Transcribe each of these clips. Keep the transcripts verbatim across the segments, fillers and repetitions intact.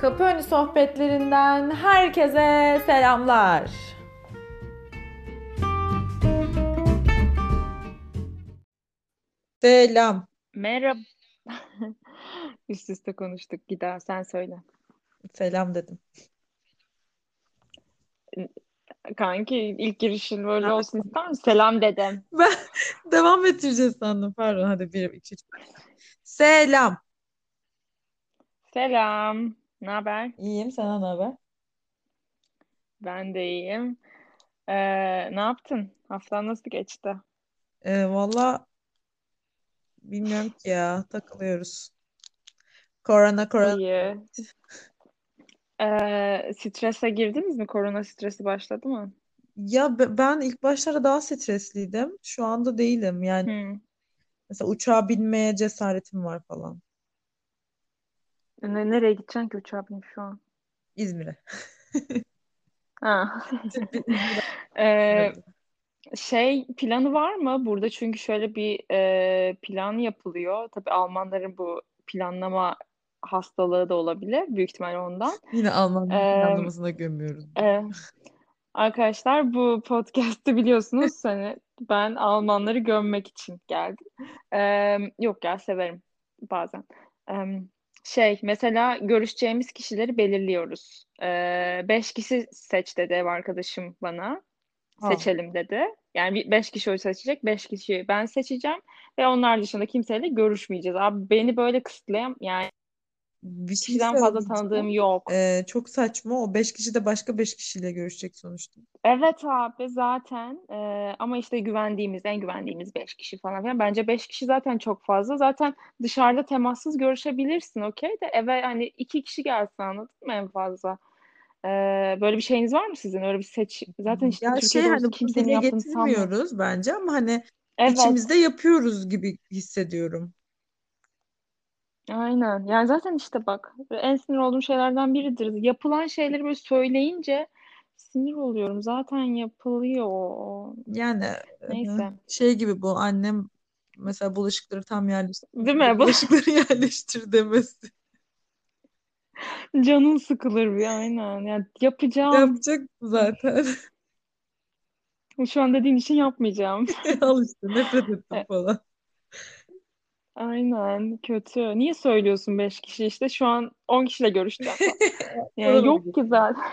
Kapı Önü Sohbetlerinden herkese selamlar. Selam. Merhaba. Üst üste konuştuk. Gider sen söyle. Selam dedim. Kanki ilk girişin böyle olsun ister misin? Selam dedim. Ben devam ettireceğiz sandım. Pardon. Hadi bir, iki, üç. Selam. Selam. Ne haber? İyiyim. Sana ne haber? Ben de iyiyim. Ee, ne yaptın? Haftan nasıl geçti? Ee, valla bilmiyorum ki ya. Takılıyoruz. Korona korona. İyi. Ee, strese girdiniz mi? Korona stresi başladı mı? Ya be- ben ilk başlarda daha stresliydim. Şu anda değilim. Yani Hmm. mesela uçağa binmeye cesaretim var falan. Ne, nereye gideceksin ki uçağa binip şu an? İzmir'e. Ha. Bir İzmir'e. Ee, Şey planı var mı? Burada çünkü şöyle bir e, plan yapılıyor. Tabii Almanların bu planlama hastalığı da olabilir. Büyük ihtimal ondan. Yine Almanların Ee, planlamasına gömüyoruz. e, Arkadaşlar bu podcast'ı biliyorsunuz. Hani ben Almanları gömmek için geldim. Ee, yok ya severim bazen. Ee, Şey mesela görüşeceğimiz kişileri belirliyoruz. Ee, beş kişi seç dedi ev arkadaşım bana Aa, seçelim dedi. Yani bir, beş kişi oy seçecek, beş kişi ben seçeceğim ve onlar dışında kimseyle görüşmeyeceğiz. Abi beni böyle kısıtlayan yani bir şey kişiden fazla tanıdığım söyleyeceğim. yok. Ee, çok saçma. O beş kişi de başka beş kişiyle görüşecek sonuçta. Evet abi zaten e, ama işte güvendiğimiz en güvendiğimiz beş kişi falan filan. Bence beş kişi zaten çok fazla. Zaten dışarıda temassız görüşebilirsin okey de eve hani iki kişi gelsin anladın mı en fazla? E, Böyle bir şeyiniz var mı sizin? Öyle bir seç. Zaten işte Ya şey Türkiye'de hani olsa bunu kimsenin dile yaptığını sanmıyorum. getirmiyoruz bence ama hani içimizde Evet. yapıyoruz gibi hissediyorum. Aynen. Yani zaten işte bak en sinir olduğum şeylerden biridir. Yapılan şeyleri böyle söyleyince sinir oluyorum. Zaten yapılıyor. Yani hı, Neyse. şey gibi bu annem mesela bulaşıkları tam Değil yerleştirdiğinde mi? Bu bulaşıkları yerleştir demesi. canın sıkılır bir aynen. Yani yapacağım. Yapacak mı zaten? Şu an dediğin için yapmayacağım. Al işte nefret ettim E, falan. Aynen kötü. Niye söylüyorsun beş kişi işte şu an on kişiyle görüşeceğim falan. Ona Yani mı yok ki gidiyorsun? zaten.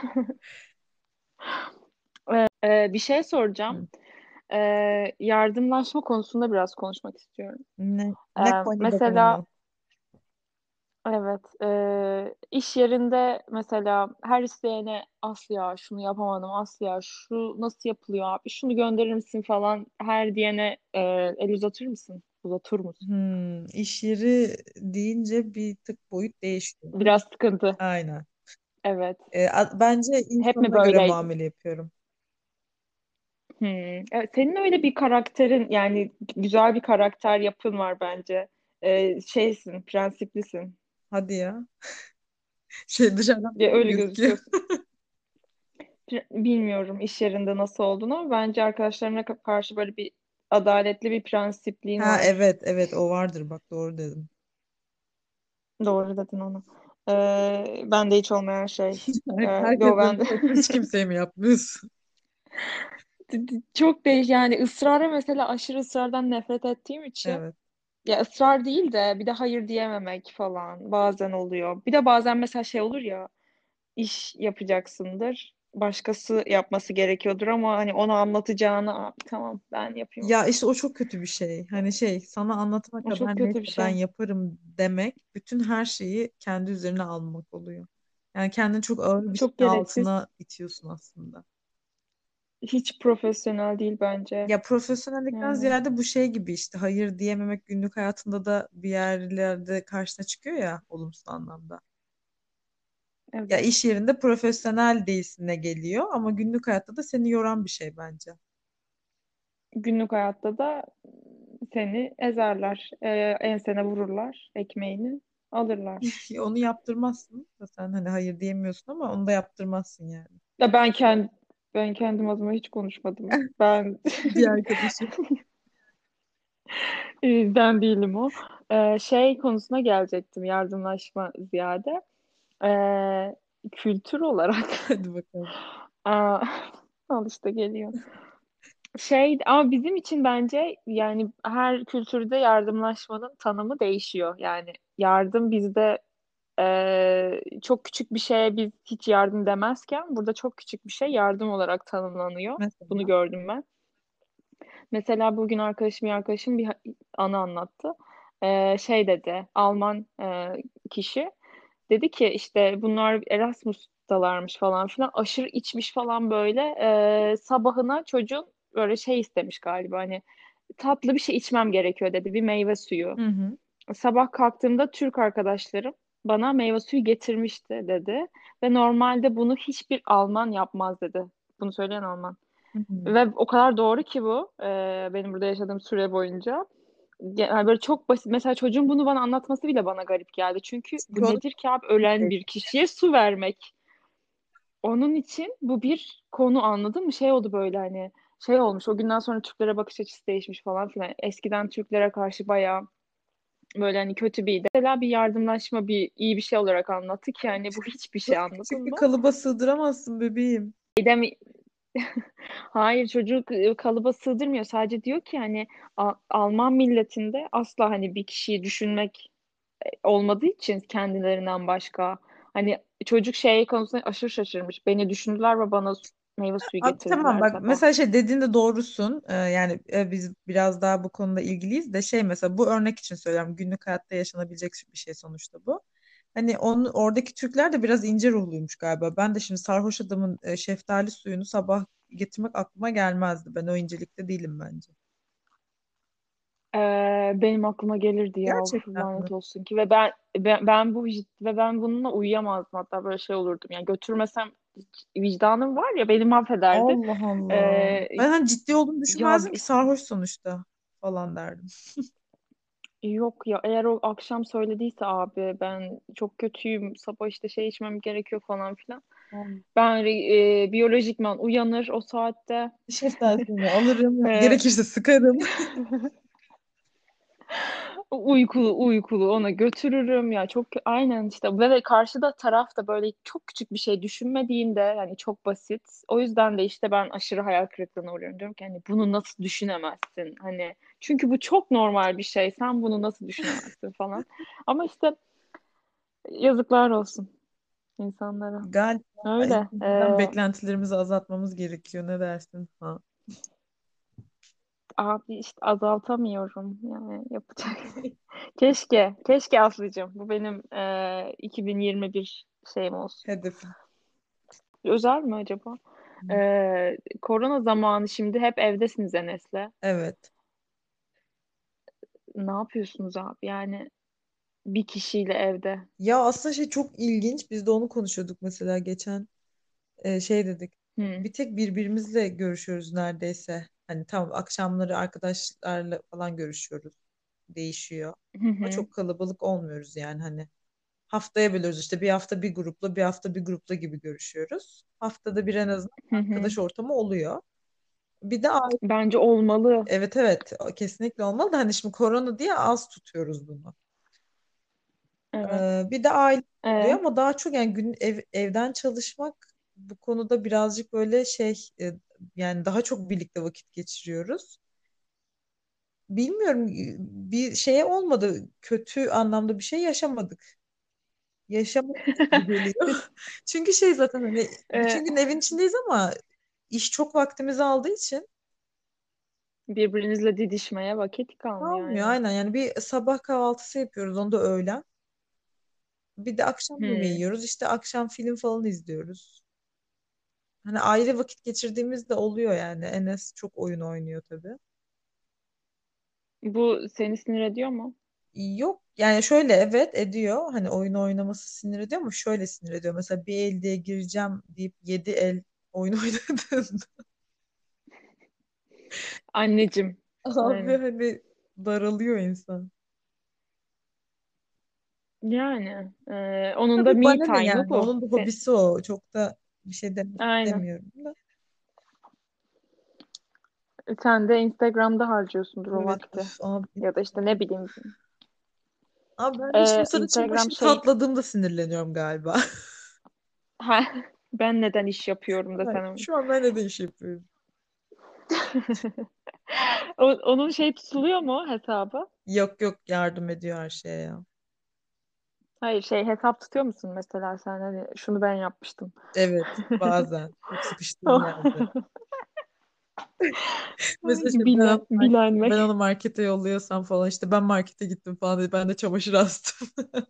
Ee, bir şey soracağım. Hı. Ee, Yardımlaşma konusunda biraz konuşmak istiyorum. Ne, Ee, ne konuda Mesela konu? evet, e, iş yerinde mesela her isteyene Aslı ya şunu yapamadım, Aslı ya şu nasıl yapılıyor abi, şunu gönderir misin falan her diyene e, el uzatır mısın? Uzatır mısın? Hmm, iş yeri deyince bir tık boyut değişiyor. Biraz sıkıntı. Aynen. Evet. E, a- bence Hep mi insanına göre böyleydi? muamele yapıyorum. Hmm. Evet, senin öyle bir karakterin yani güzel bir karakter yapın var bence. E, şeysin, prensiplisin. Hadi ya. Şey dışarıdan Ya böyle öyle gözüküyor. gözüküyorsun. Bilmiyorum iş yerinde nasıl olduğunu ama bence arkadaşlarına ka- karşı böyle bir adaletli bir prensipliğin Ha var. evet evet o vardır bak doğru dedim. Doğru dedin onu. Ee, ben de hiç olmayan şey. Ee, Herkes yo ben de. yapıyor. Hiç kimseye mi yapmıyorsun? Çok değiş yani ısrara mesela aşırı ısrardan nefret ettiğim için Evet. ya ısrar değil de bir de hayır diyememek falan bazen oluyor. Bir de bazen mesela şey olur ya iş yapacaksındır. Başkası yapması gerekiyordur ama hani onu anlatacağını "Aa, tamam ben yapayım o Ya zaman." işte o çok kötü bir şey. Hani şey sana anlatana O çok kadar neyse kötü bir ben şey. yaparım demek bütün her şeyi kendi üzerine almak oluyor. Yani kendini çok ağır bir Çok şeyin gereksiz. altına itiyorsun aslında. Hiç profesyonel değil bence. Ya profesyonellikten Yani ziyade bu şey gibi işte hayır diyememek günlük hayatında da bir yerlerde karşına çıkıyor ya olumsuz anlamda. Ya evet. iş yerinde profesyonel değilsine geliyor ama günlük hayatta da seni yoran bir şey bence. Günlük hayatta da seni ezerler. Ee, ensene vururlar. Ekmeğini alırlar. Onu yaptırmazsın. Sen hani hayır diyemiyorsun ama onu da yaptırmazsın yani. Ya ben kend ben kendim adıma hiç konuşmadım. Ben Bir arkadaşım. ben değilim o. Ee, şey konusuna gelecektim yardımlaşma ziyade. Ee, Kültür olarak Hadi bakalım. aa, al işte geliyor. Şey ama bizim için bence yani her kültürde yardımlaşmanın tanımı değişiyor. Yani yardım bizde e, çok küçük bir şeye biz hiç yardım demezken burada çok küçük bir şey yardım olarak tanımlanıyor. Bunu Mesela. gördüm ben. Mesela bugün arkadaşım bir arkadaşım bir anı anlattı. Ee, şey dedi Alman e, kişi dedi ki işte bunlar Erasmus'talarmış falan filan aşırı içmiş falan böyle Ee, sabahına çocuğun böyle şey istemiş galiba hani tatlı bir şey içmem gerekiyor dedi bir meyve suyu. Hı hı. Sabah kalktığımda Türk arkadaşlarım bana meyve suyu getirmişti dedi ve normalde bunu hiçbir Alman yapmaz dedi. Bunu söyleyen Alman. Hı hı. Ve o kadar doğru ki bu e, benim burada yaşadığım süre boyunca. Yani böyle çok basit. Mesela çocuğun bunu bana anlatması bile bana garip geldi. Çünkü Çünkü bu onun nedir ki abi ölen bir kişiye su vermek. Onun için bu bir konu anladın mı? Şey oldu böyle hani şey olmuş o günden sonra Türklere bakış açısı değişmiş falan filan. Eskiden Türklere karşı bayağı böyle hani kötü bir mesela bir yardımlaşma bir iyi bir şey olarak anlattı ki hani bu hiçbir şey küçük anladın bir mı? kalıba sığdıramazsın bebeğim. Edem Hayır çocuk e, kalıba sığdırmıyor. Sadece diyor ki hani A- Alman milletinde asla hani bir kişiyi düşünmek olmadığı için kendilerinden başka. Hani çocuk şey konusunda aşırı şaşırmış. Beni düşündüler ve bana su- meyve suyu Abi, tamam getirdiler bak sabah. mesela şey dediğinde doğrusun. Ee, yani e, biz biraz daha bu konuda ilgiliyiz de şey mesela bu örnek için söylüyorum. Günlük hayatta yaşanabilecek bir şey sonuçta bu. Hani onun, oradaki Türkler de biraz ince ruhluymuş galiba. Ben de şimdi sarhoş adamın e, şeftali suyunu sabah getirmek aklıma gelmezdi. Ben o incelikte değilim bence. Ee, benim aklıma gelirdi ya uf, Gerçekten mi? lanet olsun ki ve ben ben, ben bu vic- ve ben bununla uyuyamazdım hatta böyle şey olurdum yani götürmesem vicdanım var ya beni mahvederdi. Allah Allah. Ee, Ben hani ciddi olduğunu ya düşünmezdim ki sarhoş sonuçta falan derdim. Yok ya eğer o akşam söylediyse abi ben çok kötüyüm sabah işte şey içmem gerekiyor falan filan. Vallahi. Ben e, biyolojikman uyanır o saatte. Şeftalisini alırım. E, Gerekirse sıkarım. Uykulu uykulu ona götürürüm ya çok aynen işte ve ve karşıda taraf da böyle çok küçük bir şey düşünmediğinde yani çok basit. O yüzden de işte ben aşırı hayal kırıklığına uğruyorum diyorum ki hani bunu nasıl düşünemezsin hani çünkü bu çok normal bir şey sen bunu nasıl düşünemezsin falan. Ama işte yazıklar olsun insanlara. Galiba Öyle. bizden Ee, beklentilerimizi azaltmamız gerekiyor. Ne dersin? Ha. Abi işte azaltamıyorum yani yapacak. Keşke, keşke Aslı'cığım. Bu benim e, iki bin yirmi bir şeyim olsun. Hedefim. Özel mi acaba? E, korona zamanı şimdi hep evdesiniz Enes'le. Evet. Ne yapıyorsunuz abi? Yani bir kişiyle evde. Ya aslında şey çok ilginç. Biz de onu konuşuyorduk mesela geçen e, şey dedik. Hı. Bir tek birbirimizle görüşüyoruz neredeyse. Hani tamam akşamları arkadaşlarla falan görüşüyoruz. Değişiyor. Hı Ama hı. çok kalabalık olmuyoruz yani hani. Haftaya bölüyoruz işte bir hafta bir grupla bir hafta bir grupla gibi görüşüyoruz. Haftada bir en azından Hı hı. arkadaş ortamı oluyor. Bir de aile. Bence olmalı. Evet, evet, o kesinlikle olmalı da hani şimdi korona diye az tutuyoruz bunu. Evet. Ee, bir de aile oluyor E, ama daha çok yani gün ev, evden çalışmak bu konuda birazcık böyle şey e, yani daha çok birlikte vakit geçiriyoruz. Bilmiyorum bir şeye olmadı kötü anlamda bir şey yaşamadık. Yaşamadık gibi siz geliyor. Çünkü şey zaten hani e, bütün gün evin içindeyiz ama iş çok vaktimizi aldığı için birbirinizle didişmeye vakit kalmıyor kalmıyor aynen. aynen yani bir sabah kahvaltısı yapıyoruz onu da öğlen. Bir de akşam yemeği Hı. yiyoruz. İşte akşam film falan izliyoruz. Hani ayrı vakit geçirdiğimiz de oluyor yani. Enes çok oyun oynuyor tabii. Bu seni sinir ediyor mu? Yok yani şöyle evet ediyor. Hani oyun oynaması sinir ediyor ama şöyle sinir ediyor. Mesela bir el diye gireceğim deyip yedi el oyun oynadığında Anneciğim. abi Aynen. hani daralıyor insan. Yani e, onun da Tabii me bana ne time'ı yani bu. onun da Se- hobisi o. Çok da bir şey demek Aynen. istemiyorum da. Sen de Instagram'da harcıyorsundur o Evet vakti. üf, abi Ya da işte ne bileyim. Abi ben hiç Ee, kimsenin Instagram çamaşır şey katladığımda sinirleniyorum galiba. ha, ben neden iş yapıyorum da Ay, sen onu. şu an ben de iş yapıyorum. O- Onun şey tutuluyor mu hesabı? Yok yok, yardım ediyor her şeye ya. Hayır şey hesap tutuyor musun mesela sen hani şunu ben yapmıştım. Evet, bazen çok sıkıştığım yerde. Mesela işte ben onu, Bilen, ben bilenmek. onu markete yolluyorsam falan, işte ben markete gittim falan diye ben de çamaşır astım.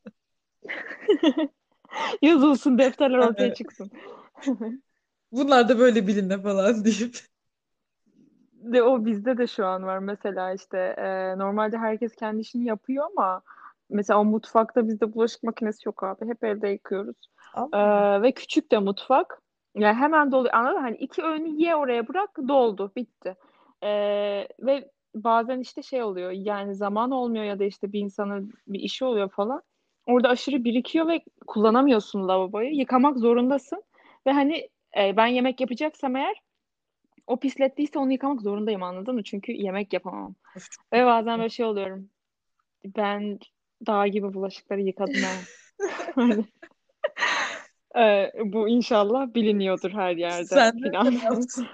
Yazılsın, defterler ortaya Evet. çıksın. Bunlar da böyle biline falan deyip. De o bizde de şu an var mesela işte e, normalde herkes kendi işini yapıyor ama mesela o mutfakta bizde bulaşık makinesi yok abi. Hep elde yıkıyoruz. E, Allah. ve küçük de mutfak. Yani hemen dolu. Anladın mı? Hani iki öğünü ye oraya bırak doldu bitti. E, ve bazen işte şey oluyor yani zaman olmuyor ya da işte bir insanın bir işi oluyor falan. Orada aşırı birikiyor ve kullanamıyorsun lavaboyu. Yıkamak zorundasın. Ve hani e, ben yemek yapacaksam eğer o pislettiyse onu yıkamak zorundayım anladın mı? Çünkü yemek yapamam. Of, çok Ve kötü. bazen böyle şey oluyorum. Ben dağ gibi bulaşıkları yıkadım ha. Hani, e, bu inşallah biliniyordur her yerde Sen de filan. ne yaptın?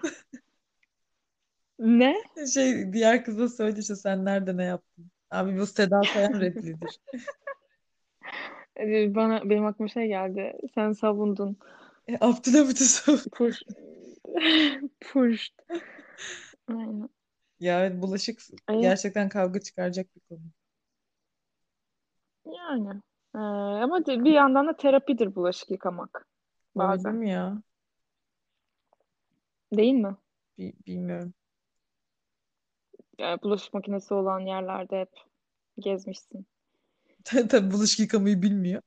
Ne? Şey, diğer kıza söyle işte, sen nerede ne yaptın? Abi bu Seda Sayan repliğidir. E, Bana benim aklıma şey geldi. Sen savundun. E, Abdülhamit'i sor. Push. Push. Aynen. Ya evet, bulaşık E, gerçekten kavga çıkaracak bir konu. yani. E, ama de- bir yandan da terapidir bulaşık yıkamak. Öyle Bazen. mi ya? Değil mi? Bi- bilmiyorum. E, bulaşık makinesi olan yerlerde hep gezmişsin. Tabii bulaşık yıkamayı bilmiyor.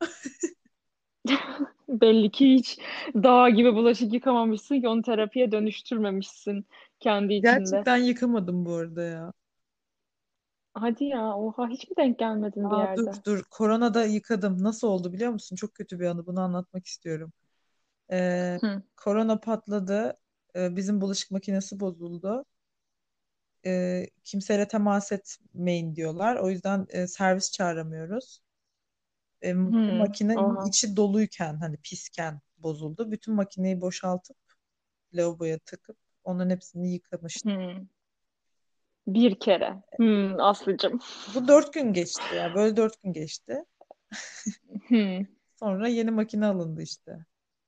Belli ki hiç dağ gibi bulaşık yıkamamışsın ki onu terapiye dönüştürmemişsin kendi içinde. Gerçekten yıkamadım bu arada ya. Hadi ya, oha hiç mi denk gelmedin bir Aa, dur yerde? dur. Koronada yıkadım. Nasıl oldu biliyor musun? Çok kötü bir anı. Bunu anlatmak istiyorum. Ee, Hı. korona patladı. Ee, bizim bulaşık makinesi bozuldu. Ee, kimseyle temas etmeyin diyorlar. O yüzden e, servis çağıramıyoruz. Ee, bu Hı. makinenin Oha. içi doluyken, hani pisken bozuldu. Bütün makineyi boşaltıp lavaboya takıp onların hepsini yıkamıştım. Hı. Bir kere. Hı, Aslıcığım. Bu dört gün geçti ya. Böyle dört gün geçti. Hı. Sonra yeni makine alındı işte.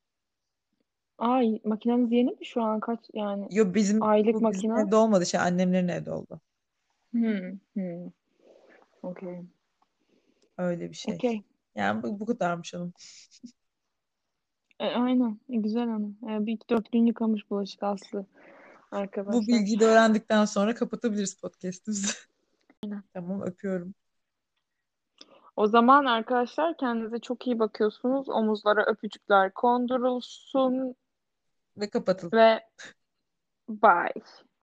Ay makineniz yeni mi şu an kaç yani Yo, bizim aylık bu bizim makina? evde olmadı, şey, annemlerin evde oldu. Hı. Hı. Okey. Öyle bir şey. Okey. Yani bu, bu kadarmış hanım. E, aynen. E, güzel ama. E, bir dört gün yıkamış bulaşık Aslı Bu arkadaşlar. bilgiyi de öğrendikten sonra kapatabiliriz podcast'imizi. Tamam, öpüyorum. O zaman arkadaşlar kendinize çok iyi bakıyorsunuz. Omuzlara öpücükler kondurulsun Ve kapatın. ve bye.